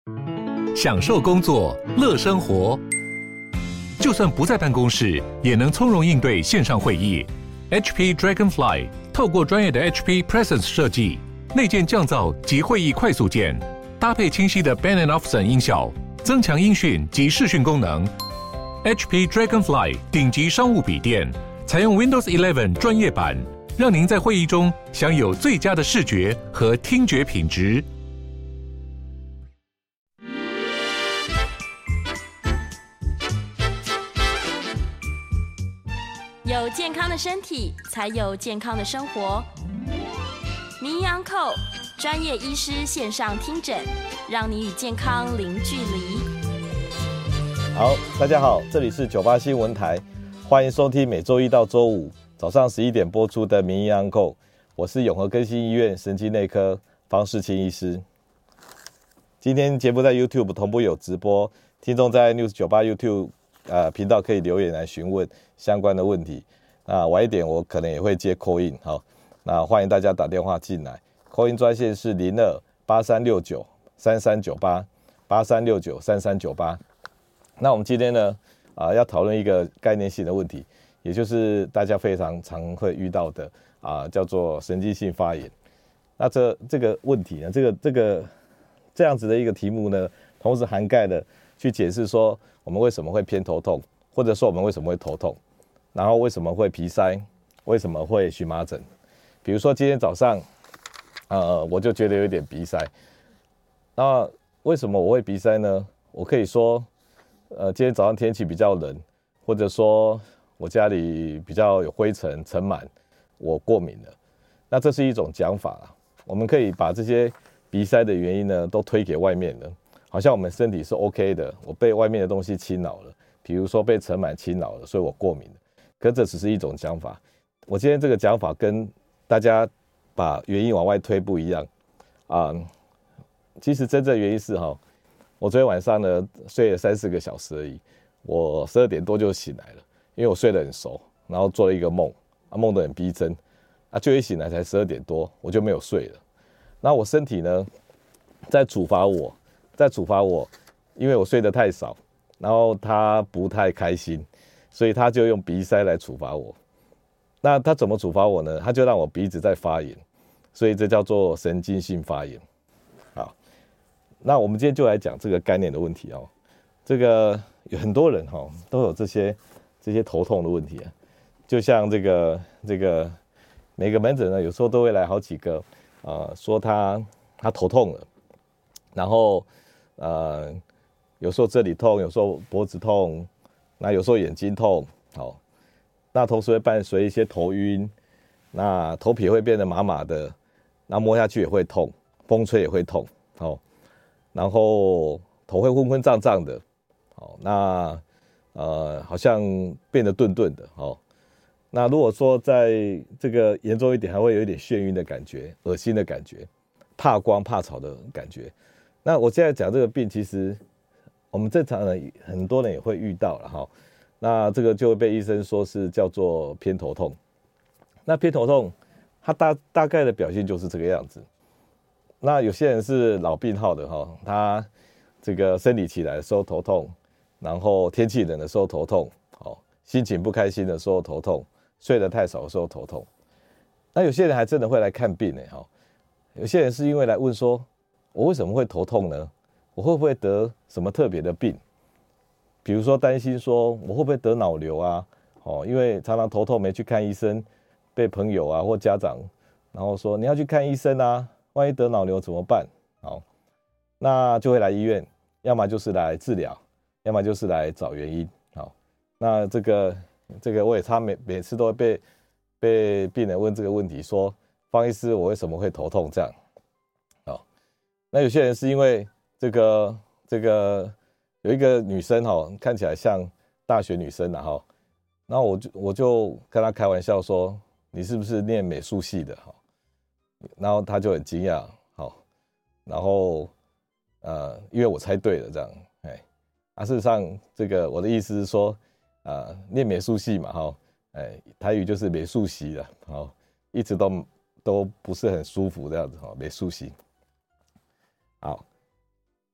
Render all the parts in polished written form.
享受工作，乐生活。就算不在办公室，也能从容应对线上会议。HP Dragonfly 透过专业的 HP Presence 设计，内建降噪及会议快速键，搭配清晰的 Bang & Olufsen 音效，增强音讯及视讯功能。HP Dragonfly 顶级商务笔电，采用 Windows 11专业版，让您在会议中享有最佳的视觉和听觉品质。 有健康的身体，才有健康的生活。名医昂扣专业医师线上听诊，让你与健康零距离。 好，大家好，这里是98新闻台，欢迎收听每周一到周五早上11点播出的名医昂扣，我是永和更新医院神经内科方世清医师。今天节目在 YouTube 同步有直播，听众在 News 98 YouTube频道可以留言来询问相关的问题。那晚一点我可能也会接 call in， 好，那欢迎大家打电话进来。call in 专线是0283693398 83693398。那我们今天呢要讨论一个概念性的问题，也就是大家非常常会遇到的叫做神经性发炎。那这个问题呢，这样子的一个题目呢，同时涵盖了去解释说我们为什么会偏头痛，或者说我们为什么会头痛，然后为什么会鼻塞，为什么会荨麻疹。比如说今天早上我就觉得有点鼻塞。那为什么我会鼻塞呢？我可以说今天早上天气比较冷，或者说我家里比较有灰尘尘螨，我过敏了。那这是一种讲法啦，我们可以把这些鼻塞的原因呢都推给外面了，好像我们身体是 OK 的，我被外面的东西侵扰了，比如说被尘螨侵扰了，所以我过敏了。可这只是一种讲法，我今天这个讲法跟大家把原因往外推不一样其实真正原因是我昨天晚上呢睡了3-4个小时而已，我12点多就醒来了，因为我睡得很熟，然后做了一个梦梦得很逼真就一醒来才12点多，我就没有睡了。那我身体呢在处罚我，因为我睡得太少，然后他不太开心，所以他就用鼻塞来处罚我。那他怎么处罚我呢？他就让我鼻子在发炎，所以这叫做神经性发炎。好，那我们今天就来讲这个概念的问题这个有很多人都有这些头痛的问题就像这个每个门诊呢，有时候都会来好几个说他头痛了，然后有时候这里痛，有时候脖子痛，那有时候眼睛痛，那同时会伴随一些头晕，那头皮会变得麻麻的，那摸下去也会痛，风吹也会痛，然后头会昏昏胀胀的，那好像变得顿顿的，那如果说在这个严重一点，还会有一点眩晕的感觉，恶心的感觉，怕光怕吵的感觉。那我现在讲这个病，其实我们正常人很多人也会遇到了那这个就会被医生说是叫做偏头痛。那偏头痛它大概的表现就是这个样子。那有些人是老病号的他这个生理期来的时候头痛，然后天气冷的时候头痛，心情不开心的时候头痛，睡得太少的时候头痛。那有些人还真的会来看病有些人是因为来问说，我为什么会头痛呢？我会不会得什么特别的病？比如说担心说我会不会得脑瘤因为常常头痛没去看医生，被朋友或家长然后说你要去看医生万一得脑瘤怎么办？那就会来医院，要么就是来治疗，要么就是来找原因。那这个我也每次都会被病人问这个问题，说方医师我为什么会头痛这样。那有些人是因为这个有一个女生看起来像大学女生然后我就跟她开玩笑说你是不是念美术系的然后她就很惊讶然后因为我猜对了这样事实上这个我的意思是说念美术系嘛台语就是美术系了一直都不是很舒服这样子美术系。好，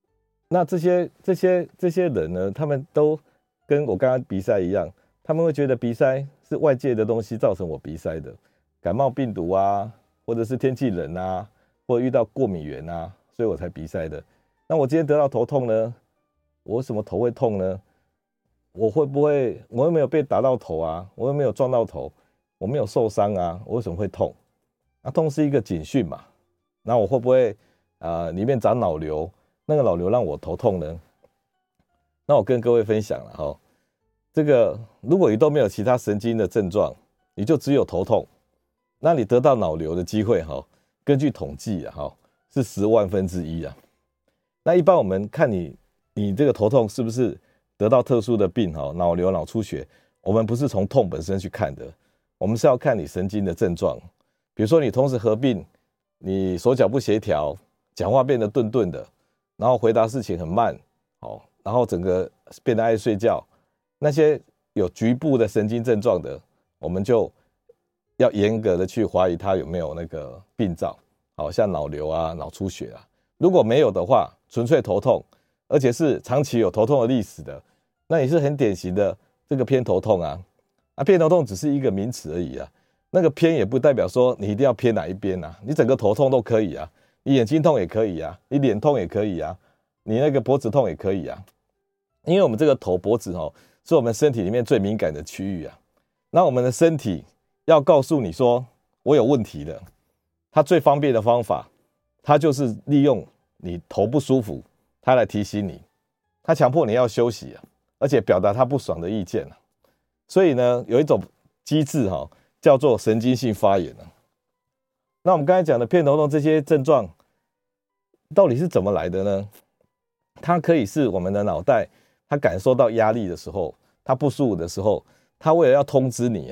那这些人呢，他们都跟我刚刚鼻塞一样，他们会觉得鼻塞是外界的东西造成我鼻塞的，感冒病毒啊，或者是天气冷啊，或者遇到过敏源啊，所以我才鼻塞的。那我今天得到头痛呢，我为什么头会痛呢？我又没有被打到头啊，我又没有撞到头，我没有受伤啊，我为什么会痛？痛是一个警讯嘛。那我会不会里面长脑瘤？那个脑瘤让我头痛呢？那我跟各位分享了这个如果你都没有其他神经的症状，你就只有头痛，那你得到脑瘤的机会根据统计是10万分之一啊。那一般我们看你这个头痛是不是得到特殊的病脑瘤、脑出血，我们不是从痛本身去看的，我们是要看你神经的症状。比如说你同时合并你手脚不协调，讲话变得顿顿的，然后回答事情很慢，然后整个变得爱睡觉，那些有局部的神经症状的，我们就要严格的去怀疑他有没有那个病灶，像脑瘤啊、脑出血啊。如果没有的话，纯粹头痛，而且是长期有头痛的历史的，那也是很典型的这个偏头痛啊。偏头痛只是一个名词而已啊。那个偏也不代表说你一定要偏哪一边啊，你整个头痛都可以啊，你眼睛痛也可以啊，你脸痛也可以啊，你那个脖子痛也可以啊。因为我们这个头脖子是我们身体里面最敏感的区域啊。那我们的身体要告诉你说我有问题了，它最方便的方法，它就是利用你头不舒服，它来提醒你，它强迫你要休息啊，而且表达它不爽的意见啊。所以呢，有一种机制叫做神经性发炎。那我们刚才讲的偏头痛这些症状到底是怎么来的呢？它可以是我们的脑袋，它感受到压力的时候，它不舒服的时候，它为了要通知你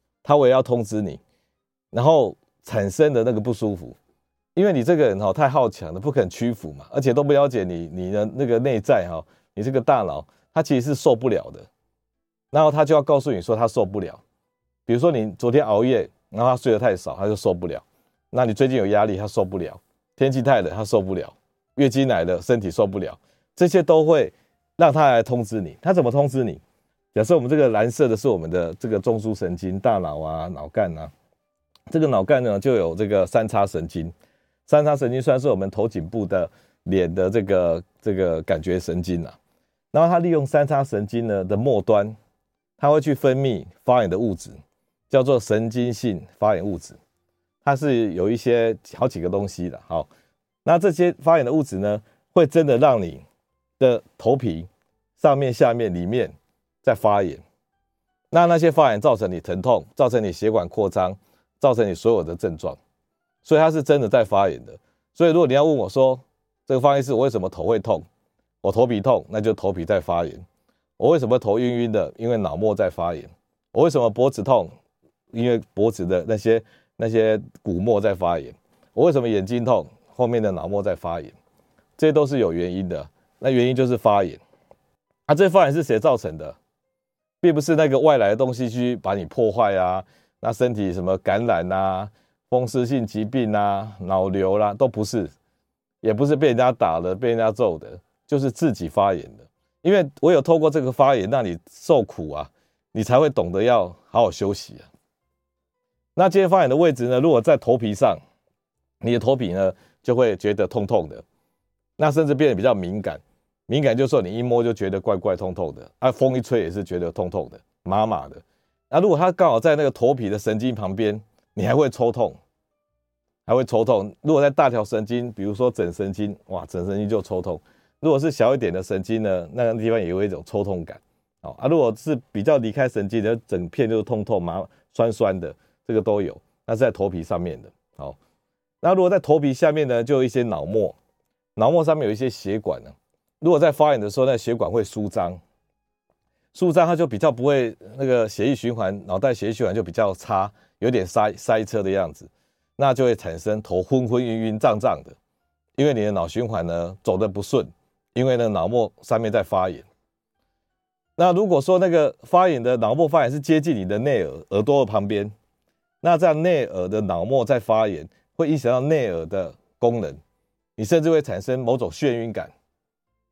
然后产生的那个不舒服。因为你这个人太好强了，不肯屈服嘛，而且都不了解你的那个内在你这个大脑它其实是受不了的，然后它就要告诉你说它受不了。比如说你昨天熬夜，然后他睡得太少，他就受不了。那你最近有压力，他受不了。天气太冷，他受不了。月经来了，身体受不了。这些都会让他来通知你。他怎么通知你？假设我们这个蓝色的是我们的这个中枢神经，大脑啊、脑干啊。这个脑干呢，就有这个三叉神经。三叉神经算是我们头颈部的脸的这个感觉神经啊。然后它利用三叉神经呢的末端，它会去分泌发炎的物质。叫做神经性发炎物质，它是有一些好几个东西的。好，那这些发炎的物质呢，会真的让你的头皮上面、下面、里面在发炎。那些发炎造成你疼痛，造成你血管扩张，造成你所有的症状，所以它是真的在发炎的。所以如果你要问我说，这个方医师我为什么头会痛？我头皮痛，那就头皮在发炎。我为什么头晕晕的？因为脑膜在发炎。我为什么脖子痛？因为脖子的那些骨膜在发炎。我为什么眼睛痛？后面的脑膜在发炎。这些都是有原因的。那原因就是发炎。这发炎是谁造成的？并不是那个外来的东西去把你破坏啊，那身体什么感染啊、风湿性疾病啊、脑瘤啦，都不是，也不是被人家打的、被人家揍的，就是自己发炎的。因为我有透过这个发炎让你受苦啊，你才会懂得要好好休息啊。那这些发炎的位置呢，如果在头皮上，你的头皮呢就会觉得痛痛的，那甚至变得比较敏感。敏感就是说你一摸就觉得怪怪痛痛的，风一吹也是觉得痛痛的、麻麻的。那如果它刚好在那个头皮的神经旁边，你还会抽痛，如果在大条神经，比如说枕神经，哇，枕神经就抽痛。如果是小一点的神经呢，那个地方也有一种抽痛感。如果是比较离开神经的，整片就是痛痛、酸酸的。这个都有，那是在头皮上面的。好，那如果在头皮下面呢，就有一些脑膜，脑膜上面有一些血管呢。如果在发炎的时候，那血管会舒张，它就比较不会那个血液循环，脑袋血液循环就比较差，有点塞车的样子，那就会产生头昏昏晕晕胀胀的，因为你的脑循环呢走得不顺，因为呢脑膜上面在发炎。那如果说那个发炎的脑膜发炎是接近你的内耳朵的旁边。那这样内耳的脑膜在发炎，会影响到内耳的功能，你甚至会产生某种眩晕感。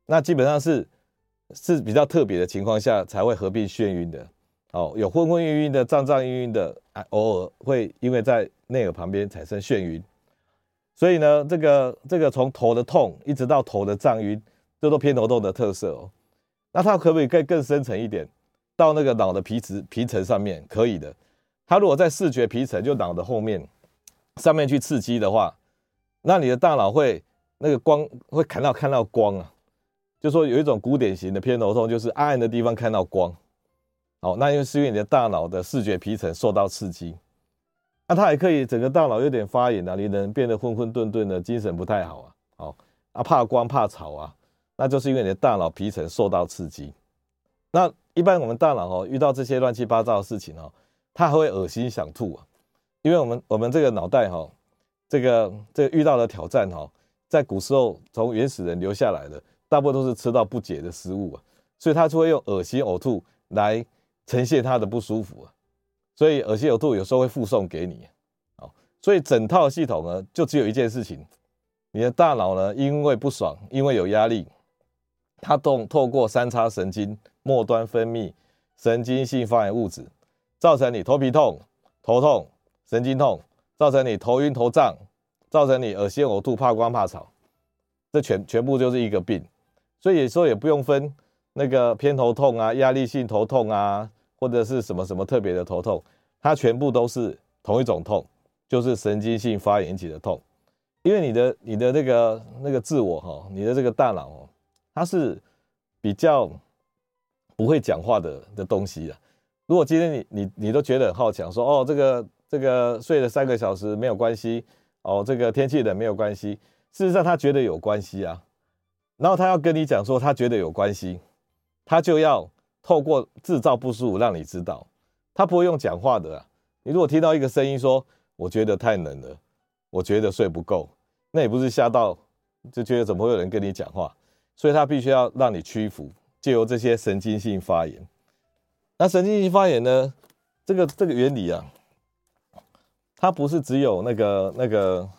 那基本上是比较特别的情况下才会合并眩晕的。有昏昏晕晕的、胀胀晕晕的，偶尔会因为在内耳旁边产生眩晕。所以呢，这个从头的痛一直到头的胀晕，这都偏头痛的特色哦。那它可不可以更深层一点，到那个脑的皮层上面？可以的。它如果在视觉皮层，就脑的后面上面去刺激的话，那你的大脑会那个光会看到光啊，就说有一种古典型的偏头痛，就是暗暗的地方看到光。那因为你的大脑的视觉皮层受到刺激，那它也可以整个大脑有点发炎啊，你人变得昏昏顿顿的，精神不太好啊，怕光怕吵啊，那就是因为你的大脑皮层受到刺激。那一般我们大脑遇到这些乱七八糟的事情它还会恶心想吐啊，因为我们这个脑袋这个遇到的挑战在古时候从原始人留下来的，大部分都是吃到不洁的食物啊，所以它就会用恶心呕吐来呈现它的不舒服啊，所以恶心呕吐有时候会附送给你所以整套系统呢，就只有一件事情，你的大脑呢，因为不爽，因为有压力，它透过三叉神经末端分泌神经性发炎物质，造成你头皮痛、头痛、神经痛，造成你头晕头胀，造成你恶心呕吐、怕光怕吵，这全部就是一个病。所以有时候也不用分那个偏头痛啊、压力性头痛啊，或者是什么什么特别的头痛，它全部都是同一种痛，就是神经性发炎引起的痛。因为你的那个自我你的这个大脑它是比较不会讲话的东西啊。如果今天你都觉得很好强，说这个睡了3个小时没有关系这个天气冷没有关系，事实上他觉得有关系啊。然后他要跟你讲说他觉得有关系，他就要透过制造不舒服让你知道，他不会用讲话的啊。你如果听到一个声音说我觉得太冷了，我觉得睡不够，那也不是吓到就觉得怎么会有人跟你讲话，所以他必须要让你屈服，藉由这些神经性发炎。那神经性发炎呢，这个原理啊，它不是只有那个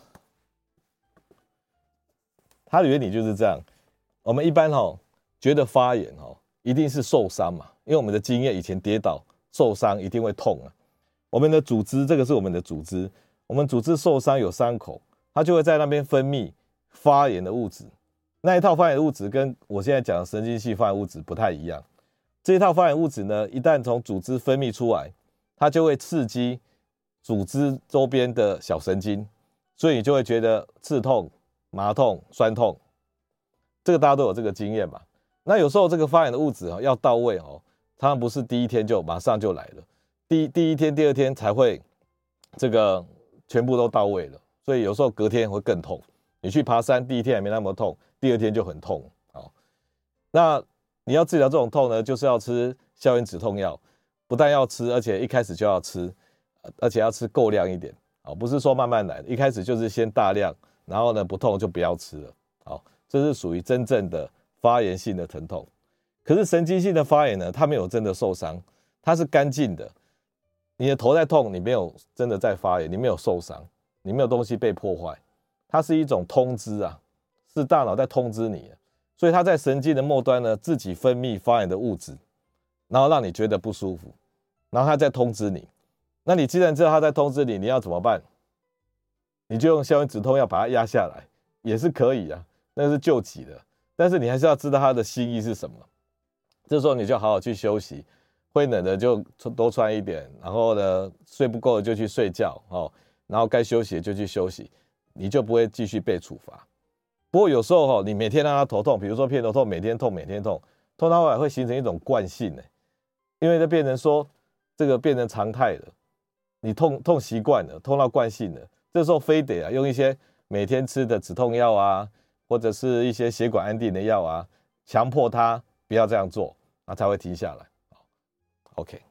它的原理就是这样。我们一般觉得发炎一定是受伤嘛，因为我们的经验以前跌倒受伤一定会痛啊。我们的组织，这个是我们的组织，我们组织受伤有伤口，它就会在那边分泌发炎的物质。那一套发炎的物质跟我现在讲的神经性发炎物质不太一样。这一套发炎物质呢，一旦从组织分泌出来，它就会刺激组织周边的小神经，所以你就会觉得刺痛、麻痛、酸痛。这个大家都有这个经验嘛。那有时候这个发炎的物质要到位它不是第一天就马上就来了，第一天、第2天才会这个全部都到位了，所以有时候隔天会更痛。你去爬山，第1天还没那么痛，第2天就很痛。那你要治疗这种痛呢，就是要吃消炎止痛药，不但要吃，而且一开始就要吃，而且要吃够量一点不是说慢慢来，一开始就是先大量，然后呢不痛就不要吃了。这是属于真正的发炎性的疼痛。可是神经性的发炎呢，它没有真的受伤，它是干净的。你的头在痛，你没有真的在发炎，你没有受伤，你没有东西被破坏，它是一种通知啊，是大脑在通知你。所以它在神经的末端呢，自己分泌发炎的物质，然后让你觉得不舒服，然后它再通知你。那你既然知道它在通知你，你要怎么办？你就用消炎止痛药把它压下来，也是可以啊，那是救急的。但是你还是要知道它的心意是什么。这时候你就好好去休息，会冷的就多穿一点，然后呢睡不够就去睡觉然后该休息的就去休息，你就不会继续被处罚。不过有时候你每天让他头痛，比如说偏头痛，每天痛，痛到后来会形成一种惯性因为它变成说这个变成常态了，你痛习惯了，痛到惯性了，这时候非得用一些每天吃的止痛药啊，或者是一些血管安定的药啊，强迫他不要这样做，才会停下来。OK，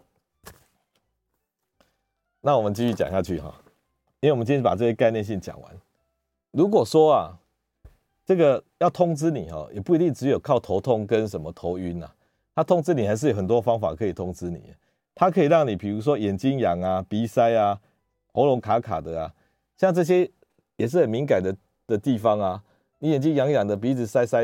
那我们继续讲下去因为我们今天把这些概念性讲完。如果说这个要通知你也不一定只有靠头痛跟什么头晕它通知你还是有很多方法可以通知你。它可以让你比如说眼睛痒啊、鼻塞啊、喉咙卡卡的像这些也是很敏感的地方你眼睛痒痒的、鼻子塞塞的、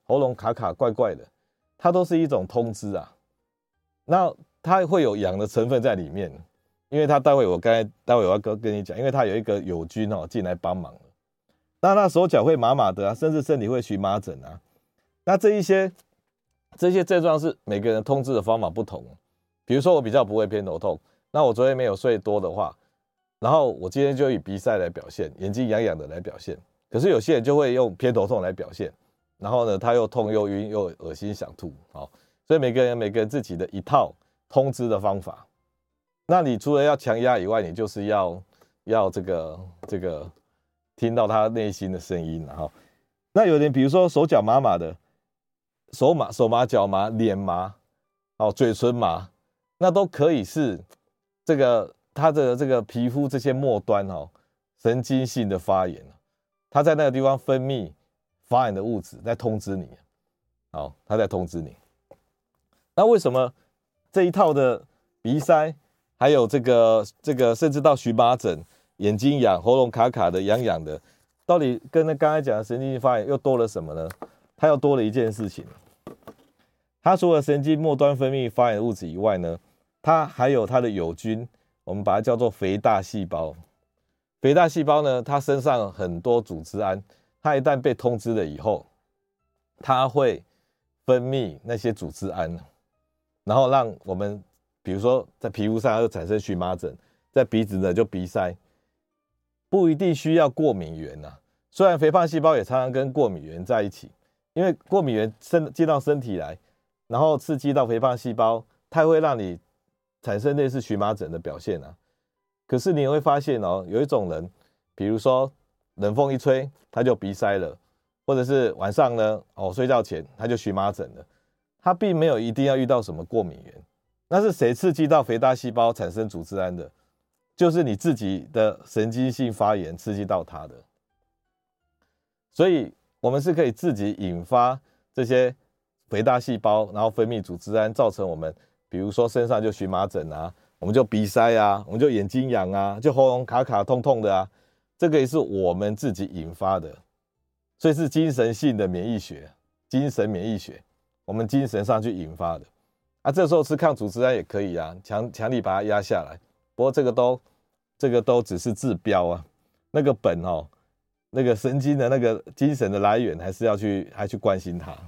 喉咙卡卡怪怪的，它都是一种通知啊。那它会有氧的成分在里面，因为它待会我要跟你讲，因为它有一个友军进来帮忙了。那手脚会麻麻的啊，甚至身体会荨麻疹啊。那这些症状是每个人通知的方法不同。比如说我比较不会偏头痛，那我昨天没有睡多的话，然后我今天就以鼻塞来表现，眼睛痒痒的来表现。可是有些人就会用偏头痛来表现，然后呢他又痛又晕又恶心想吐。所以每个人自己的一套通知的方法。那你除了要强压以外，你就是要这个听到他内心的声音。那有点比如说手脚麻麻的，手麻脚麻脸麻嘴唇麻，那都可以是他的这个皮肤这些末端神经性的发炎，他在那个地方分泌发炎的物质在通知你。他在通知你。那为什么这一套的鼻塞还有这个甚至到荨麻疹、眼睛痒、喉咙卡卡的痒痒的，到底跟刚才讲的神经性发炎又多了什么呢？它又多了一件事情。它除了神经末端分泌发炎物质以外呢，它还有它的友军，我们把它叫做肥大细胞。肥大细胞呢，它身上很多组织胺，它一旦被通知了以后，它会分泌那些组织胺，然后让我们比如说在皮肤上就产生荨麻疹，在鼻子呢就鼻塞。不一定需要过敏原啊，虽然肥胖细胞也常常跟过敏原在一起，因为过敏原进到身体来，然后刺激到肥胖细胞，它会让你产生类似荨麻疹的表现啊。可是你会发现有一种人，比如说冷风一吹他就鼻塞了，或者是晚上呢睡觉前他就荨麻疹了，他并没有一定要遇到什么过敏原。那是谁刺激到肥大细胞产生组织胺的？就是你自己的神经性发炎刺激到它的。所以我们是可以自己引发这些肥大细胞，然后分泌组织胺，造成我们比如说身上就荨麻疹啊，我们就鼻塞啊，我们就眼睛痒啊，就喉咙卡卡痛痛的啊，这个也是我们自己引发的。所以是精神性的免疫学，精神免疫学，我们精神上去引发的这时候吃抗组织胺也可以啊，强力把它压下来。不过这个都只是治标啊，那个本那个神经的那个精神的来源还是要去关心它。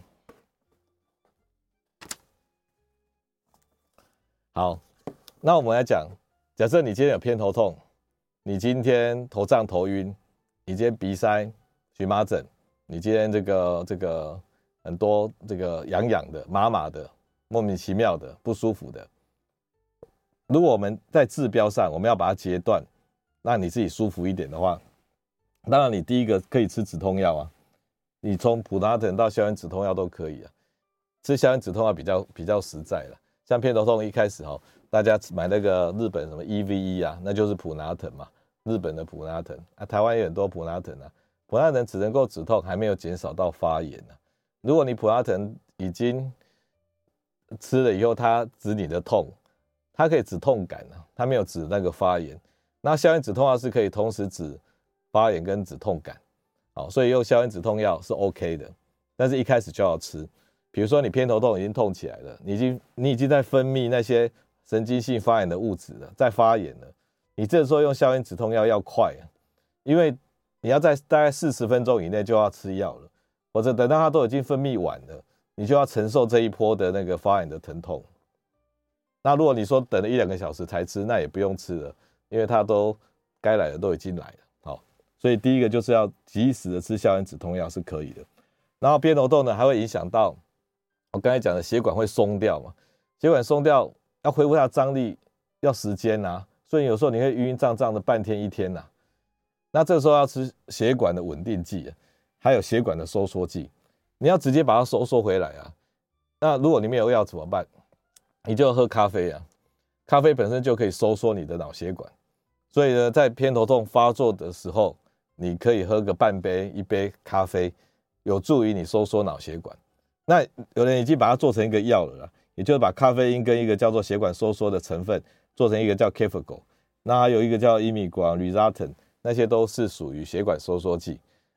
好，那我们来讲，假设你今天有偏头痛，你今天头胀头晕，你今天鼻塞、荨麻疹，你今天这个很多这个痒痒的、麻麻的、莫名其妙的、不舒服的。如果我们在治标上，我们要把它截断，让你自己舒服一点的话，当然你第一个可以吃止痛药啊，你从普拿疼到消炎止痛药都可以啊。吃消炎止痛药比较实在了。像偏头痛一开始大家买那个日本什么 EVE 啊，那就是普拿疼嘛，日本的普拿疼台湾也有很多普拿疼啊。普拿疼只能够止痛，还没有减少到发炎啊。如果你普拿疼已经吃了以后，它止你的痛，它可以止痛感它没有止那个发炎。那消炎止痛药是可以同时止发炎跟止痛感，所以用消炎止痛药是 OK 的，但是一开始就要吃。比如说你偏头痛已经痛起来了，你已经在分泌那些神经性发炎的物质了，在发炎了，你这时候用消炎止痛药要快因为你要在大概40分钟以内就要吃药了，或者等到它都已经分泌完了，你就要承受这一波的那个发炎的疼痛。那如果你说等了1-2个小时才吃，那也不用吃了，因为它都该来的都已经来了。所以第一个就是要及时的吃消炎止痛药是可以的。然后偏头痛呢，还会影响到我刚才讲的血管会松掉嘛，血管松掉要恢复它的张力要时间所以有时候你会晕晕胀胀的半天一天那这个时候要吃血管的稳定剂还有血管的收缩剂，你要直接把它收缩回来那如果你没有药怎么办？你就喝咖啡咖啡本身就可以收缩你的脑血管，所以呢，在偏头痛发作的时候，你可以喝个半杯、1杯咖啡，有助于你收缩脑血管。那有人已经把它做成一个药了啦，也就是把咖啡因跟一个叫做血管收缩的成分做成一个叫 Cafegon， 那还有一个叫 Imigran、Rizaton， 那些都是属于血管收缩剂。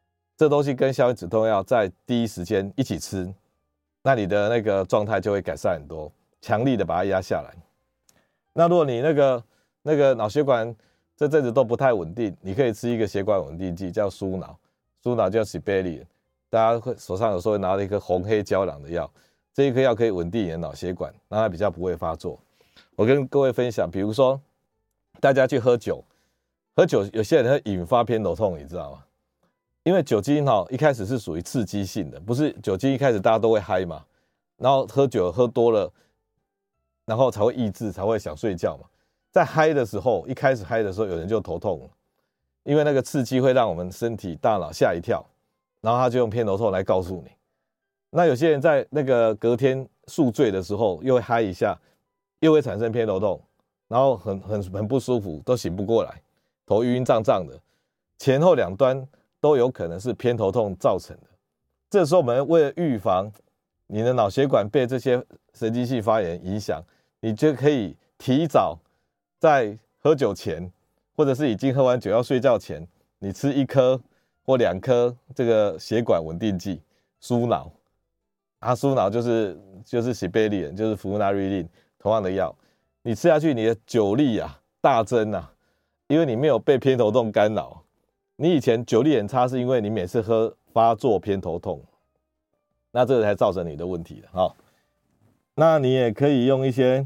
这东西跟消炎止痛药在第一时间一起吃，那你的那个状态就会改善很多，强力的把它压下来。那如果你那个脑血管这阵子都不太稳定，你可以吃一个血管稳定剂，叫舒脑叫 Sibelian， 大家会手上有时候会拿了一颗红黑胶囊的药，这一颗药可以稳定你的脑血管，让它比较不会发作。我跟各位分享，比如说大家去喝酒有些人会引发偏头痛，你知道吗？因为酒精一开始是属于刺激性的，不是酒精一开始大家都会嗨嘛，然后喝酒喝多了，然后才会抑制，才会想睡觉嘛。在嗨的时候，一开始嗨的时候，有人就头痛了，因为那个刺激会让我们身体大脑吓一跳，然后他就用偏头痛来告诉你。那有些人在那个隔天宿醉的时候，又会嗨一下，又会产生偏头痛，然后很不舒服，都醒不过来，头晕胀胀的，前后两端都有可能是偏头痛造成的。这时候我们为了预防你的脑血管被这些神经性发炎影响，你就可以提早在喝酒前，或者是已经喝完酒要睡觉前，你吃1颗或2颗这个血管稳定剂，舒脑。舒脑就是 Sibelian， 就是福纳瑞林同样的药，你吃下去，你的酒力大增因为你没有被偏头痛干扰。你以前酒力很差，是因为你每次喝发作偏头痛，那这个才造成你的问题的那你也可以用一些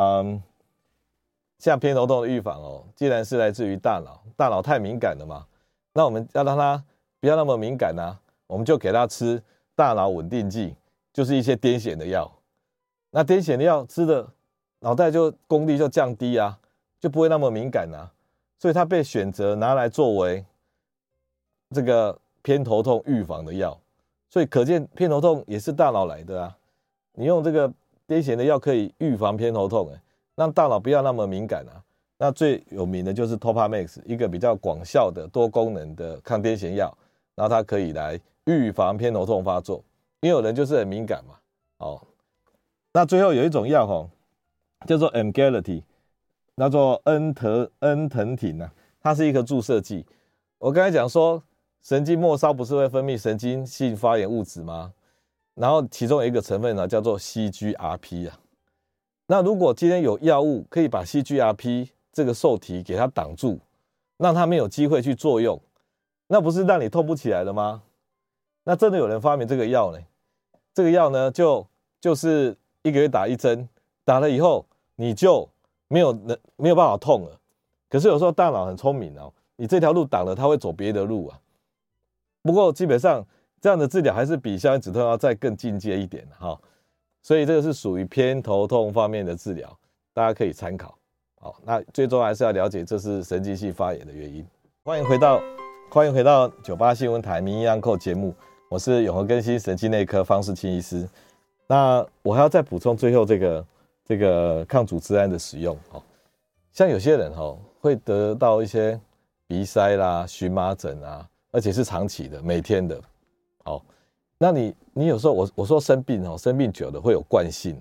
像偏头痛的预防既然是来自于大脑太敏感了嘛，那我们要让它不要那么敏感我们就给它吃大脑稳定剂，就是一些癫痫的药。那癫痫的药吃的脑袋就功力就降低就不会那么敏感所以它被选择拿来作为这个偏头痛预防的药。所以可见偏头痛也是大脑来的你用这个癫痫的药可以预防偏头痛让大脑不要那么敏感那最有名的就是 Topamax， 一个比较广效的多功能的抗癫痫药，然后它可以来预防偏头痛发作，因为有人就是很敏感嘛那最后有一种药叫做 Emgality， 叫做恩藤挺它是一个注射剂。我刚才讲说神经末梢不是会分泌神经性发炎物质吗？然后其中有一个成分叫做 CGRP 那如果今天有药物可以把 CGRP 这个受体给它挡住，让它没有机会去作用，那不是让你痛不起来了吗？那真的有人发明这个药呢？这个药呢就是1个月打1针，打了以后你就没有办法痛了。可是有时候大脑很聪明你这条路挡了，它会走别的路不过基本上这样的治疗还是比消炎止痛药再更进阶一点所以这个是属于偏头痛方面的治疗，大家可以参考。那最终还是要了解这是神经性发炎的原因。欢迎回到98新闻台名医安扣节目，我是永和更新神经内科方世清医师。那我还要再补充最后这个抗组织胺的使用像有些人会得到一些鼻塞啦、荨麻疹而且是长期的，每天的那你有时候我说生病久了会有惯性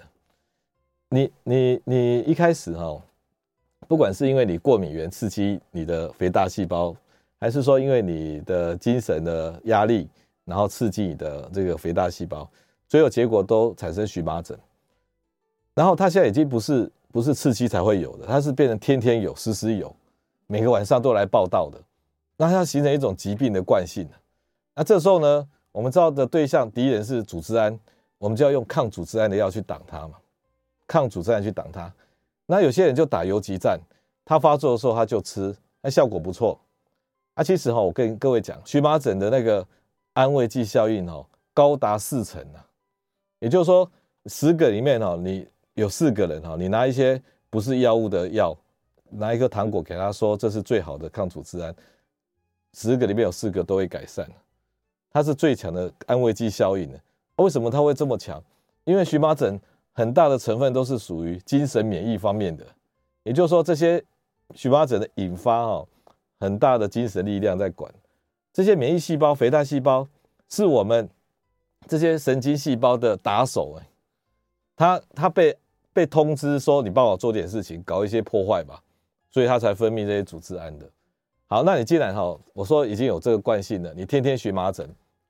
你一开始不管是因为你过敏原刺激你的肥大细胞，还是说因为你的精神的压力然后刺激你的这个肥大细胞，最后结果都产生荨麻疹。然后它现在已经不是刺激才会有的，它是变成天天有，时时有，每个晚上都来报道的，那它形成一种疾病的惯性那这时候呢，我们知道的对象敌人是组织胺，我们就要用抗组织胺的药去挡它嘛，抗组织胺去挡它。那有些人就打游击战，他发作的时候他就吃，那效果不错其实我跟各位讲，荨麻疹的那个安慰剂效应高达40%也就是说10个里面你有4个人你拿一些不是药物的药，拿一颗糖果给他说这是最好的抗组织胺，10个里面有4个都会改善，它是最强的安慰剂效应为什么它会这么强？因为荨麻疹很大的成分都是属于精神免疫方面的，也就是说这些荨麻疹的引发很大的精神力量在管。这些免疫细胞、肥大细胞是我们这些神经细胞的打手他被通知说你帮我做点事情，搞一些破坏吧，所以他才分泌这些组织胺的。好，那你既然我说已经有这个惯性了，你天天荨麻疹，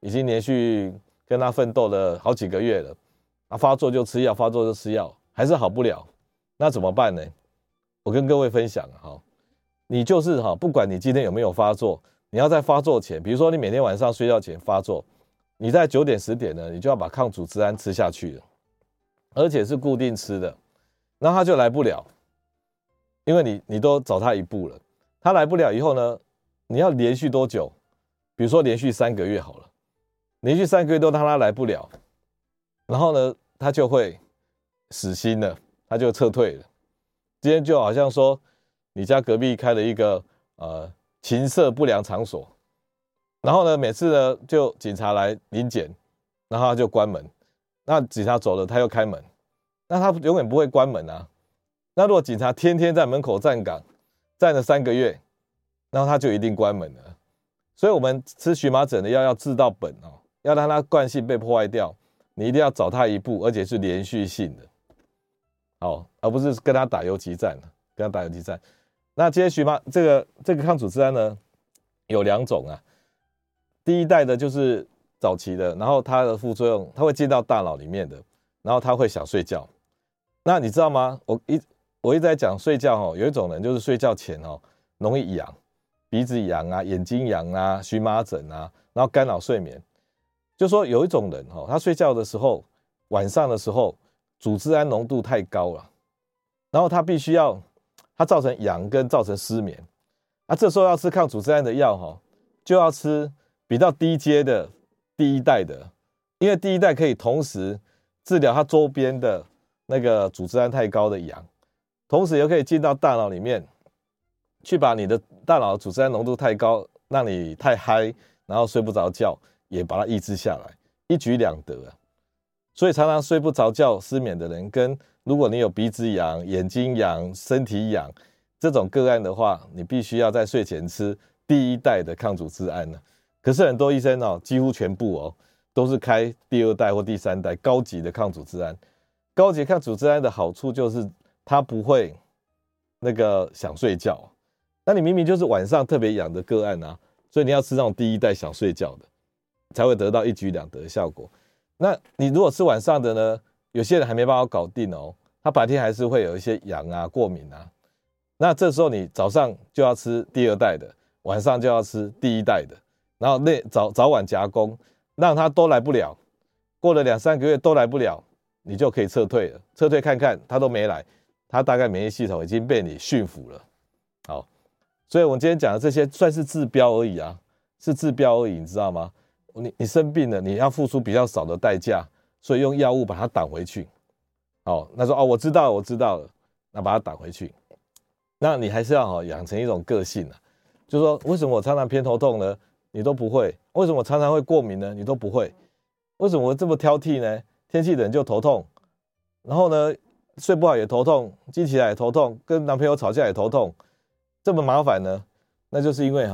已经连续跟他奋斗了好几个月了，发作就吃药，发作就吃药，还是好不了，那怎么办呢？我跟各位分享你就是不管你今天有没有发作，你要在发作前，比如说你每天晚上睡觉前发作，你在9点10点呢，你就要把抗组织胺吃下去了，而且是固定吃的，那他就来不了，因为你都早他一步了，他来不了以后呢，你要连续多久？比如说连续3个月好了，连续3个月都让他来不了，然后呢，他就会死心了，他就撤退了。今天就好像说，你家隔壁开了一个情色不良场所，然后呢，每次呢就警察来临检，然后他就关门，那警察走了，他又开门，那他永远不会关门啊。那如果警察天天在门口站岗，站了3个月，然后他就一定关门了。所以我们吃荨麻疹的药要治到本要让它惯性被破坏掉，你一定要早他一步，而且是连续性的，而不是跟他打游击战。那今天这个抗组织胺呢，有2种第一代的就是早期的，然后它的副作用，它会进到大脑里面的，然后它会想睡觉。那你知道吗？我一直在讲睡觉有一种人就是睡觉前容易痒，鼻子痒眼睛痒荨麻疹然后干扰睡眠。就说有一种人他睡觉的时候，晚上的时候组织胺浓度太高了，然后它造成痒跟造成失眠。这时候要吃抗组织胺的药就要吃比较低阶的第一代的，因为第一代可以同时治疗它周边的那个组织胺太高的痒，同时也可以进到大脑里面去把你的大脑的组织胺浓度太高，让你太嗨，然后睡不着觉，也把它抑制下来，一举两得所以常常睡不着觉失眠的人，跟如果你有鼻子痒、眼睛痒、身体痒这种个案的话，你必须要在睡前吃第一代的抗组织胺可是很多医生几乎全部都是开第2代或第3代高级的抗组织胺。高级抗组织胺的好处就是它不会那个想睡觉，那你明明就是晚上特别痒的个案所以你要吃那种第一代想睡觉的，才会得到一举两得的效果。那你如果吃晚上的呢，有些人还没办法搞定他白天还是会有一些痒过敏那这时候你早上就要吃第2代的，晚上就要吃第1代的，然后早晚夹攻，让他都来不了，过了2-3个月都来不了，你就可以撤退了。撤退看看他都没来，他大概免疫系统已经被你驯服了。好，所以我们今天讲的这些算是治标而已是治标而已，你知道吗？你生病了，你要付出比较少的代价，所以用药物把它挡回去。那说我知道了，那把它挡回去。那你还是要养成一种个性就是说为什么我常常偏头痛呢？你都不会。为什么我常常会过敏呢？你都不会。为什么我这么挑剔呢？天气冷就头痛，然后呢睡不好也头痛，记起来也头痛，跟男朋友吵架也头痛，这么麻烦呢？那就是因为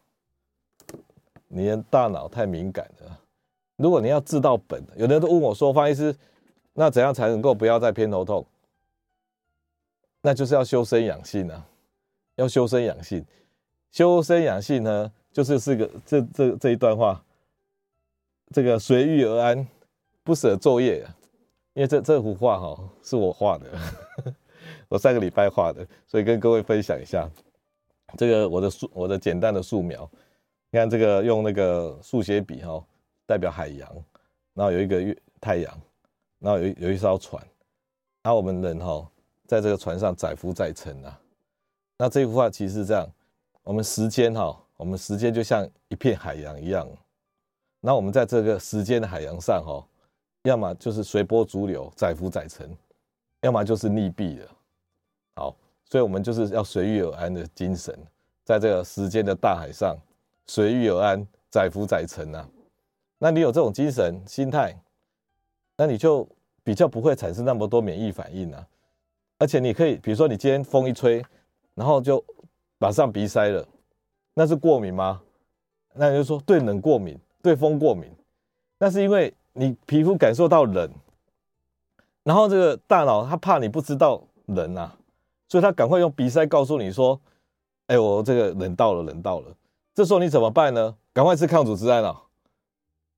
你的大脑太敏感了。如果你要治到本，有人都问我说，方医师，那怎样才能够不要再偏头痛？那就是要修身养性要修身养性。修身养性呢，就是这一段话，这个随遇而安，不舍昼夜因为这幅画是我画的，我3个礼拜画的，所以跟各位分享一下这个我的简单的素描。你看这个用那个速写笔代表海洋，然后有一个太阳，然后有一艘船，然后我们人在这个船上载浮载沉那这幅画其实是这样，我们时间就像一片海洋一样，那我们在这个时间的海洋上要么就是随波逐流载浮载沉，要么就是溺毙了。好，所以我们就是要随遇而安的精神，在这个时间的大海上随遇而安，载浮载沉那你有这种精神心态，那你就比较不会产生那么多免疫反应而且你可以，比如说你今天风一吹，然后就马上鼻塞了，那是过敏吗？那你就说对冷过敏，对风过敏，那是因为你皮肤感受到冷，然后这个大脑它怕你不知道冷所以它赶快用鼻塞告诉你说，我这个冷到了。这时候你怎么办呢？赶快吃抗组织胺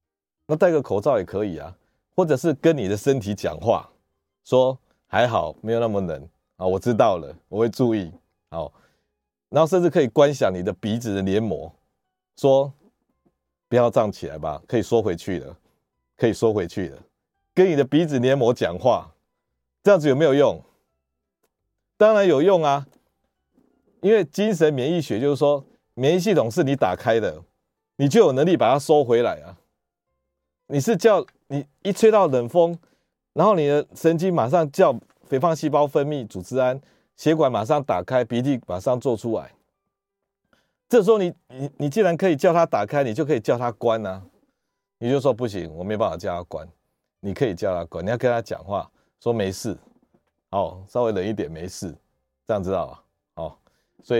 那戴个口罩也可以啊，或者是跟你的身体讲话，说还好没有那么冷啊，我知道了，我会注意。好，然后甚至可以观想你的鼻子的黏膜，说不要胀起来吧，可以缩回去了，可以缩回去了，跟你的鼻子黏膜讲话，这样子有没有用？当然有用啊，因为精神免疫学就是说，免疫系统是你打开的，你就有能力把它收回来啊。你是叫你一吹到冷风，然后你的神经马上叫肥胖细胞分泌组织胺，血管马上打开，鼻涕马上做出来。这时候你既然可以叫它打开，你就可以叫它关啊。你就说不行，我没办法叫它关。你可以叫它关，你要跟它讲话，说没事，哦，稍微冷一点没事，这样知道吧？哦，所以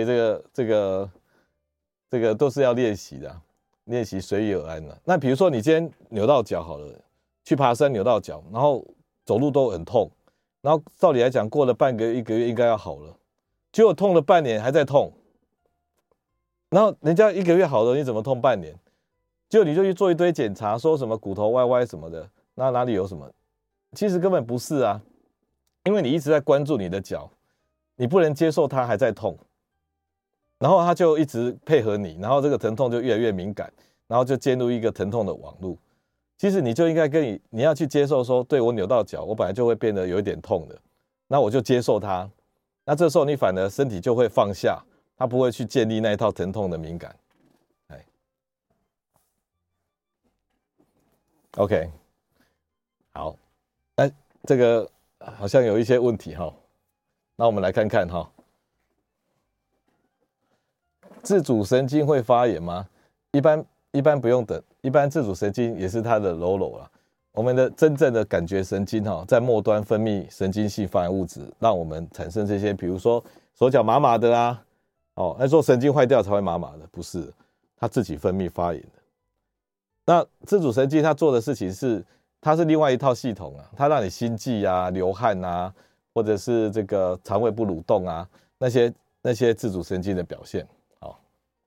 这个都是要练习的，练习随遇而安的。那比如说你今天扭到脚好了，去爬山扭到脚，然后走路都很痛，然后照理来讲过了半个月、1个月应该要好了，结果痛了半年还在痛。然后人家1个月好了，你怎么痛半年？结果你就去做一堆检查，说什么骨头歪歪什么的，那哪里有什么？其实根本不是啊，因为你一直在关注你的脚，你不能接受它还在痛，然后它就一直配合你，然后这个疼痛就越来越敏感，然后就进入一个疼痛的网路。其实你就应该你要去接受说，对，我扭到脚，我本来就会变得有一点痛的，那我就接受它。那这时候你反而身体就会放下。他不会去建立那一套疼痛的敏感。OK， 好，那这个好像有一些问题哈，那我们来看看哈。自主神经会发炎吗？一般不用等，一般自主神经也是它的喽啰啦。我们的真正的感觉神经哈，在末端分泌神经性发炎物质，让我们产生这些，比如说手脚麻麻的啊。哦，那说神经坏掉才会麻麻的，不是，它自己分泌发炎的。那自主神经它做的事情是，它是另外一套系统啊，它让你心悸啊、流汗啊，或者是这个肠胃不蠕动啊，那些自主神经的表现。好，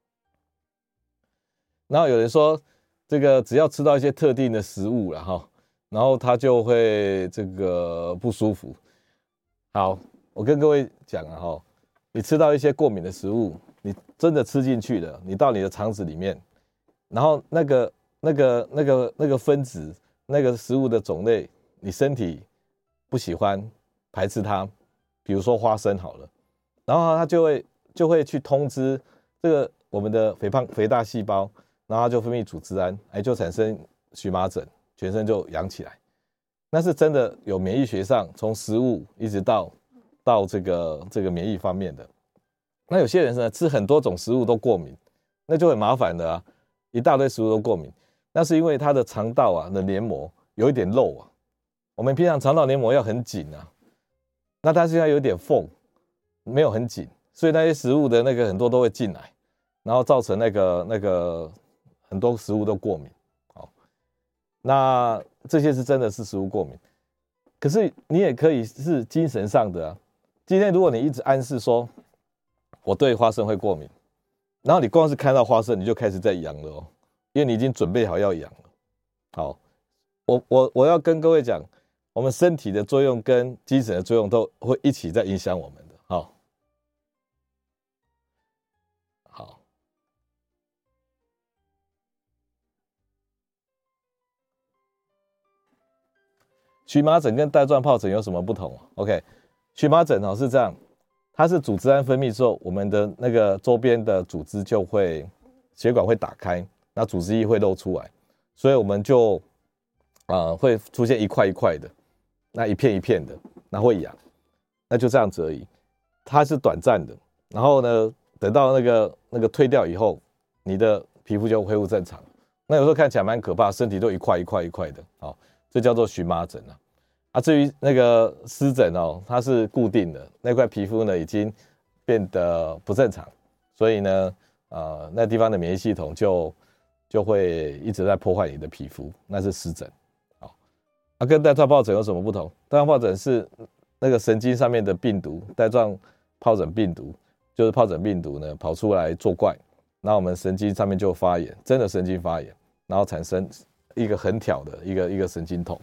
然后有人说，这个只要吃到一些特定的食物了哈，然后它就会这个不舒服。好，我跟各位讲啊哈。你吃到一些过敏的食物，你真的吃进去了，你到你的肠子里面，然后那个分子，那个食物的种类，你身体不喜欢，排斥它，比如说花生好了，然后它就会去通知这个我们的肥大细胞，然后它就分泌组织胺，就产生荨麻疹，全身就痒起来。那是真的有免疫学上从食物一直到这个免疫方面的。那有些人呢吃很多种食物都过敏，那就很麻烦的啊，一大堆食物都过敏，那是因为他的肠道啊的黏膜有一点漏啊。我们平常肠道黏膜要很紧啊，那它现在有点缝，没有很紧，所以那些食物的那个很多都会进来，然后造成那个很多食物都过敏。好，那这些是真的是食物过敏，可是你也可以是精神上的啊。今天如果你一直暗示说我对花生会过敏，然后你光是看到花生你就开始在痒了哦，因为你已经准备好要痒了。好，我要跟各位讲，我们身体的作用跟精神的作用都会一起在影响我们的。好，荨麻疹跟带状疱疹有什么不同 ？OK， 荨麻疹是这样，它是组织胺分泌之后，我们的那个周边的组织就会血管会打开，那组织液会漏出来，所以我们就会出现一块一块的，那一片一片的，那会痒，那就这样子而已。它是短暂的，然后呢，等到那个退掉以后，你的皮肤就恢复正常。那有时候看起来蛮可怕，身体都一块一块一块的，好，这叫做荨麻疹啊。至于那个湿疹它是固定的，那块皮肤呢已经变得不正常，所以呢，那地方的免疫系统就会一直在破坏你的皮肤，那是湿疹。好，跟带状疱疹有什么不同？带状疱疹是那个神经上面的病毒，带状疱疹病毒就是疱疹病毒呢跑出来作怪，那我们神经上面就发炎，真的神经发炎，然后产生一个横挑的一个神经痛。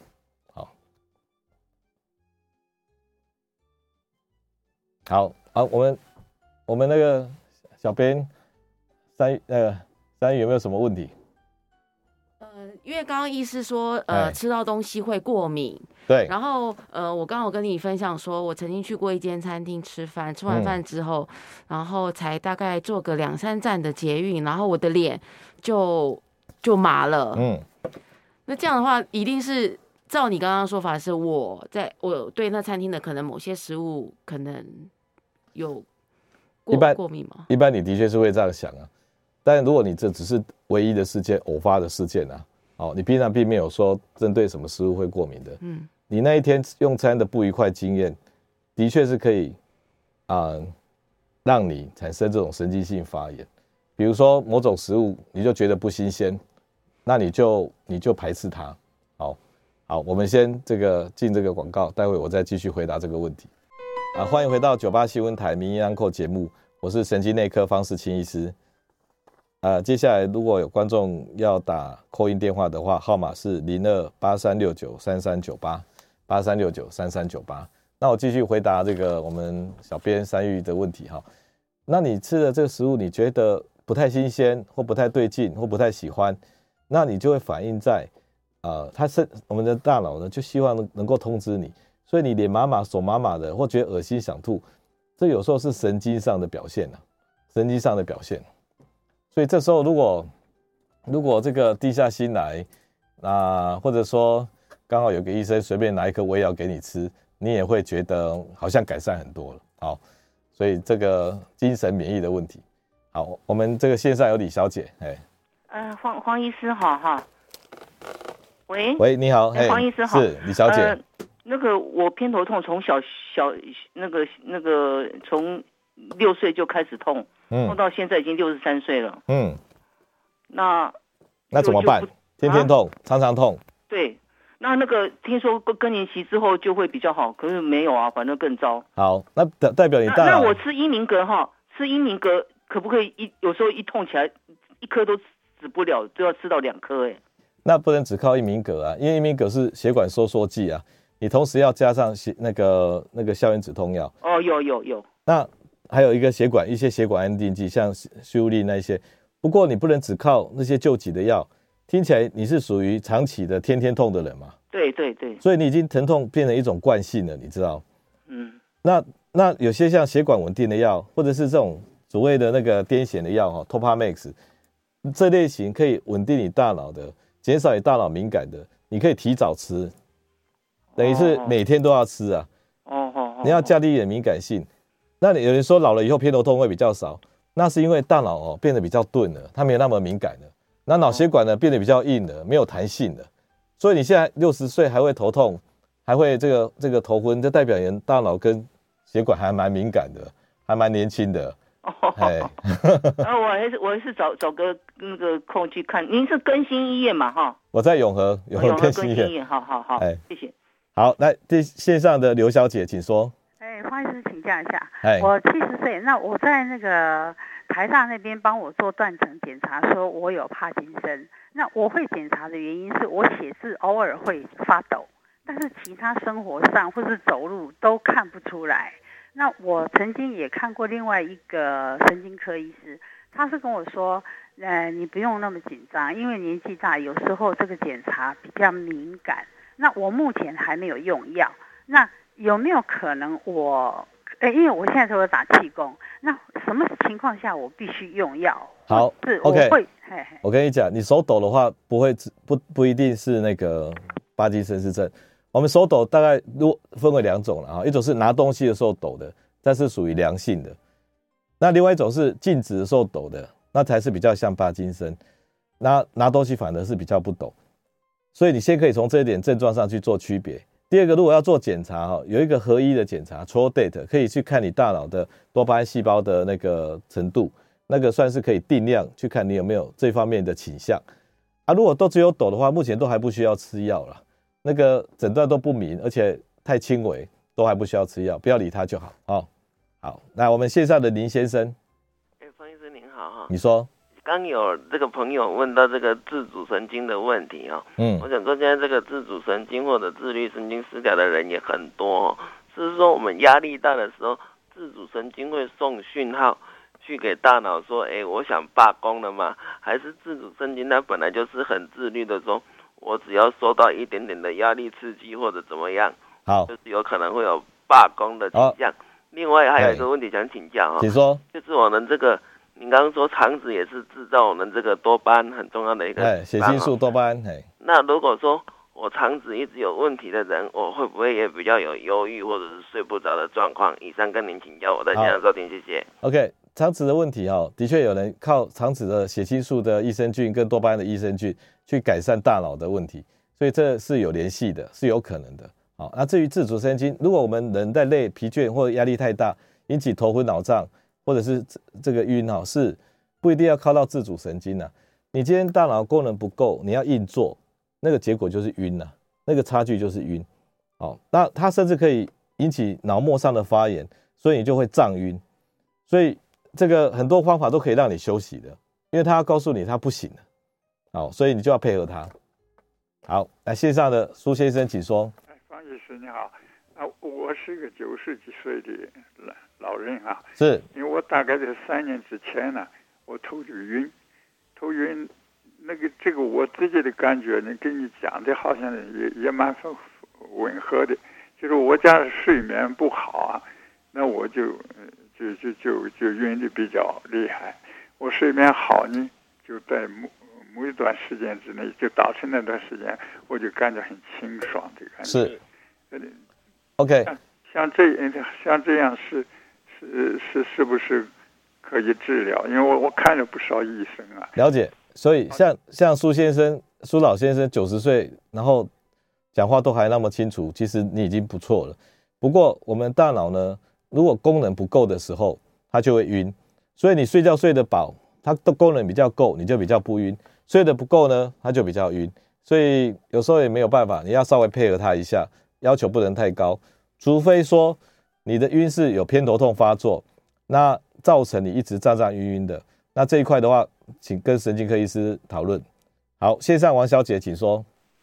好，我们那个小编三玉有没有什么问题？ 因为刚刚医师说，吃到东西会过敏， 对。 然后我刚好跟你分享说，我曾经去过一间餐厅吃饭，吃完饭之后，然后才大概坐个2-3站的捷运，然后我的脸就麻了。那这样的话，一定是照你刚刚说法，是我对那餐厅的可能某些食物可能有过敏吗？ 一般你的确是会这样想啊，但如果你这只是唯一的事件，偶发的事件啊，你平常并没有说针对什么食物会过敏的，你那一天用餐的不愉快经验，的确是可以让你产生这种神经性发炎。比如说某种食物你就觉得不新鲜，那你就排斥它。好，我们先进这个广告，待会我再继续回答这个问题。欢迎回到98新闻台名医安扣节目，我是神经内科方世清医师。接下来如果有观众要打call in电话的话，号码是0283693398，83693398。那我继续回答我们小编三玉的问题哈。那你吃的这个食物，你觉得不太新鲜，或不太对劲，或不太喜欢，那你就会反映在我们的大脑呢，就希望能够通知你。所以你脸麻麻、手麻麻的，或觉得恶心想吐，这有时候是神经上的表现神经上的表现。所以这时候如果这个低下心来，或者说刚好有个医生随便拿一颗胃药给你吃，你也会觉得好像改善很多了。好，所以这个精神免疫的问题。好，我们这个线上有李小姐， 黄医师好哈。 喂，你好， 黄医师好， 是李小姐。 那个我偏头痛从小那个从6岁就开始痛，痛到现在已经63岁了。那怎么办？天天痛，常常痛。 对，那个听说更年期之后就会比较好，可是没有啊，反正更糟。 好，那代表你大脑。 那我吃英明格吃英明格可不可以有时候一痛起来一颗都止不了，就要吃到2颗那不能只靠英明格啊，因为英明格是血管收缩剂啊。你同时要加上那个消炎止痛药。 有。 那还有一些血管安定剂，像舒利那些。不过你不能只靠那些救急的药。听起来你是属于长期的天天痛的人嘛？ 对。 所以你已经疼痛变成一种惯性了，你知道？那有些像血管稳定的药，或者是这种所谓的那个癫痫的药Topamax， 这类型可以稳定你大脑的，减少你大脑敏感的，你可以提早吃。等于是每天都要吃啊。你要降低你的敏感性。那有人说老了以后偏头痛会比较少，那是因为大脑变得比较钝了，它没有那么敏感了。那脑血管呢变得比较硬了，没有弹性了。所以你现在60岁还会头痛，还会这个头昏，就代表你大脑跟血管还蛮敏感的，还蛮年轻的。 然后我还是找个那个空去看。您是更新医院嘛？哈， 我在永和更新医院。 好，谢谢。 好，来线上的刘小姐，请说。 黄医师请教一下，我70岁，那我在那个台大那边帮我做断层检查，说我有帕金森。那我会检查的原因是我写字偶尔会发抖，但是其他生活上或是走路都看不出来。那我曾经也看过另外一个神经科医师，他是跟我说，你不用那么紧张，因为年纪大，有时候这个检查比较敏感。那我目前还没有用药，那有没有可能因为我现在都有打气功，那什么情况下我必须用药？ 好， 是 OK， 我会， 我跟你讲，你手抖的话，不一定是那个帕金森氏症。我们手抖大概分为2种了，一种是拿东西的时候抖的，但是属于良性的；那另外一种是静止的时候抖的，那才是比较像帕金森。拿东西反而是比较不抖。所以你先可以从这一点症状上去做区别。第二个，如果要做检查，有一个合一的检查 Trodet 可以去看你大脑的多巴胺细胞的那个程度，那个算是可以定量去看你有没有这方面的倾向。如果都只有抖的话，目前都还不需要吃药啦，那个诊断都不明，而且太轻微，都还不需要吃药，不要理它就好。好，那我们线上的林先生。 方医生您好哈。 你说。 刚有这个朋友问到这个自主神经的问题哦，我想说现在这个自主神经或者自律神经失调的人也很多哦，是说我们压力大的时候，自主神经会送讯号去给大脑说，我想罢工了吗？还是自主神经它本来就是很自律的说，我只要受到一点点的压力刺激或者怎么样， 好， 就是有可能会有罢工的倾向。另外还有一个问题想请教哈， 请说， 就是我们这个，你刚刚说肠子也是制造我们这个多巴胺很重要的一个血清素多巴胺。 那如果说我肠子一直有问题的人，我会不会也比较有忧郁或者是睡不着的状况？以上跟您请教，我的现场收听，谢谢。 OK， 肠子的问题的确有人靠肠子的血清素的益生菌跟多巴胺的益生菌去改善大脑的问题，所以这是有联系的，是有可能的。好，那至于自主神经，如果我们人在累、疲倦或者压力太大，引起头昏脑胀或者是这个晕是不一定要靠到自主神经你今天大脑功能不够，你要硬做，那个结果就是晕那个差距就是晕。好，那它甚至可以引起脑膜上的发炎，所以你就会胀晕。所以这个很多方法都可以让你休息的，因为它要告诉你它不行了。好，所以你就要配合它。好，来线上的苏先生，请说。 方医师你好，我是一个90几岁的老人是因为我大概在3年之前我头就晕，这个我自己的感觉呢，跟你讲的好像也蛮吻合的，就是我家睡眠不好那我就晕的比较厉害。我睡眠好呢，就在某一段时间之内，就早晨那段时间，我就感觉很清爽的感觉。 是 ，OK， 像这样是不是可以治疗？因为我看了不少医生了解，所以像苏老先生90岁，然后讲话都还那么清楚，其实你已经不错了。不过我们大脑呢，如果功能不够的时候，它就会晕。所以你睡觉睡得饱，它的功能比较够，你就比较不晕；睡得不够呢，它就比较晕。所以有时候也没有办法，你要稍微配合它一下，要求不能太高。除非说你的晕是有偏头痛发作，那造成你一直胀胀晕晕的，那这一块的话，请跟神经科医师讨论。好，线上王小姐，请说。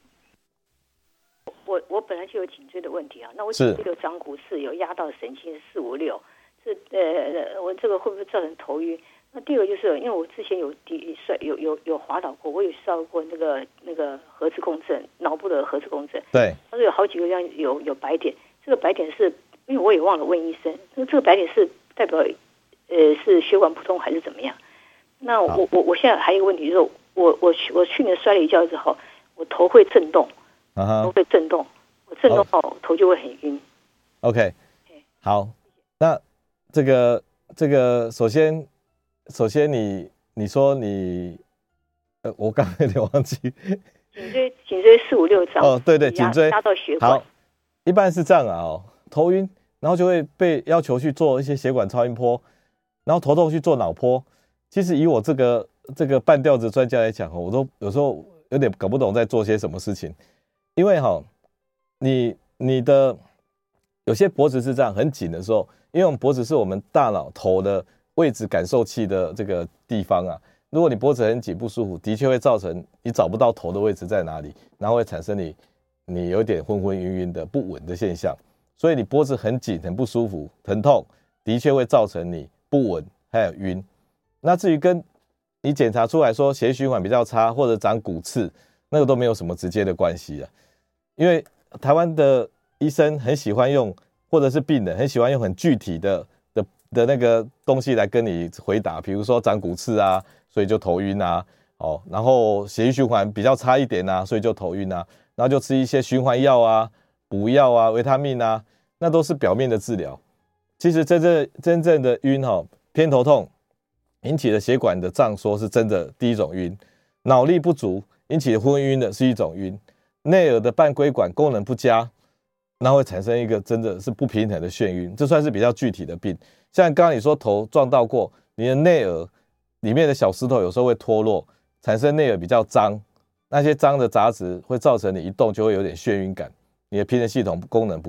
我本来就有颈椎的问题那我颈椎有长骨刺，有压到神经4、5、6，我这个会不会造成头晕？那第二个就是因为我之前有滑倒过，我有烧过那个核磁共振，脑部的核磁共振。 对， 他说有好几个地方有白点，这个白点是因为我也忘了问医生，这个白点是代表是血管不通还是怎么样？那我现在还有一个问题就是我去年摔了一跤之后，我头会震动，头会震动，我震动后头就会很晕。 OK， 好，那这个首先你说你我刚才有点忘记颈椎4、5、6张对，颈椎压到血管。 好，一般是这样头晕，然后就会被要求去做一些血管超音波，然后头痛去做脑波。其实以我这个半吊子专家来讲我都有时候有点搞不懂在做些什么事情，因为你的有些脖子是这样很紧的时候，因为我们脖子是我们大脑头的位置感受器的这个地方如果你脖子很紧不舒服，的确会造成你找不到头的位置在哪里，然后会产生你有点昏昏晕晕的不稳的现象。所以你脖子很紧很不舒服疼痛，的确会造成你不稳还有晕。那至于跟你检查出来说血液循环比较差或者长骨刺，那个都没有什么直接的关系因为台湾的医生很喜欢用，或者是病人很喜欢用很具体的那个东西来跟你回答，比如说长骨刺所以就头晕然后血液循环比较差一点所以就头晕然后就吃一些循环药补药维他命那都是表面的治疗。其实真正的晕偏头痛引起的血管的胀缩是真的第一种晕，脑力不足引起的昏晕的是一种晕，内耳的半规管功能不佳，那会产生一个真的是不平衡的眩晕，这算是比较具体的病。像刚刚你说头撞到过，你的内耳里面的小石头有时候会脱落，产生内耳比较脏，那些脏的杂质会造成你一动就会有点眩晕感，你的平衡系统功能不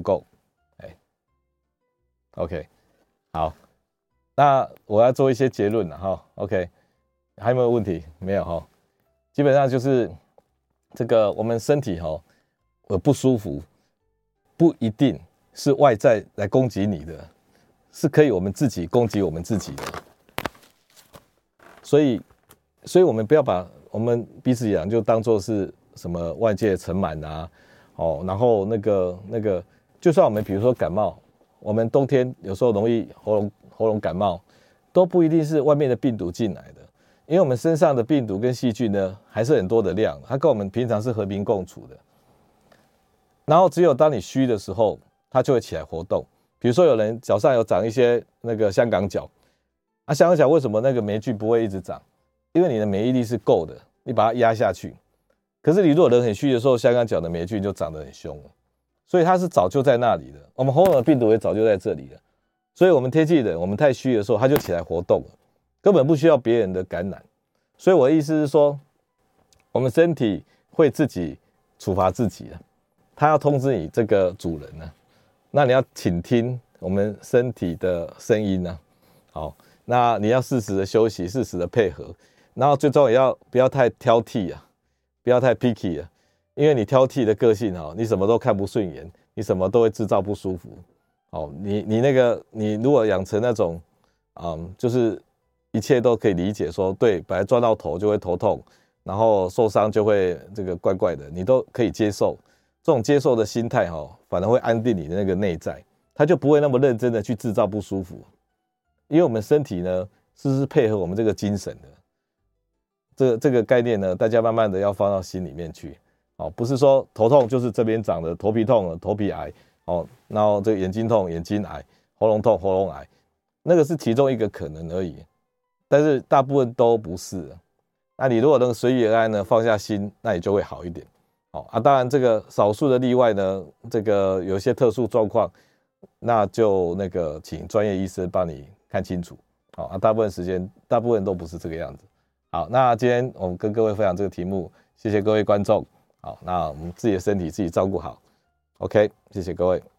够。OK， 好，那我要做一些结论了OK， 还有没有问题？没有哈。基本上就是这个我们身体不舒服，不一定是外在来攻击你的，是可以我们自己攻击我们自己的。所以我们不要把我们彼此养就当作是什么外界尘螨啊，然后那个，就算我们比如说感冒，我们冬天有时候容易喉咙感冒，都不一定是外面的病毒进来的，因为我们身上的病毒跟细菌呢还是很多的量，它跟我们平常是和平共处的。然后只有当你虚的时候，它就会起来活动。比如说有人脚上有长一些那个香港脚，香港脚为什么那个霉菌不会一直长？因为你的免疫力是够的，你把它压下去。可是你如果人很虚的时候，香港脚的霉菌就长得很凶了，所以它是早就在那里的。我们喉咙的病毒也早就在这里了，所以我们天气冷，我们太虚的时候，它就起来活动了，根本不需要别人的感染。所以我的意思是说，我们身体会自己处罚自己的，它要通知你这个主人呢，那你要倾听我们身体的声音呢。好，那你要适时的休息，适时的配合，然后最重要不要太挑剔啊，不要太 picky 啊，因为你挑剔的个性你什么都看不顺眼，你什么都会制造不舒服。你如果养成那种就是一切都可以理解说，对，本来撞到头就会头痛，然后受伤就会这个怪怪的，你都可以接受，这种接受的心态反而会安定你的那个内在，它就不会那么认真的去制造不舒服。因为我们身体呢是配合我们这个精神的，这个概念呢，大家慢慢的要放到心里面去。不是说头痛就是这边长的，头皮痛了头皮癌，然后这个眼睛痛眼睛癌，喉咙痛喉咙癌，那个是其中一个可能而已，但是大部分都不是。那你如果能随遇而安呢，放下心，那你就会好一点。当然这个少数的例外呢，这个有一些特殊状况，那就请专业医生帮你看清楚。大部分时间大部分都不是这个样子。好，那今天我们跟各位分享这个题目，谢谢各位观众。好，那我们自己的身体自己照顾好。OK， 谢谢各位。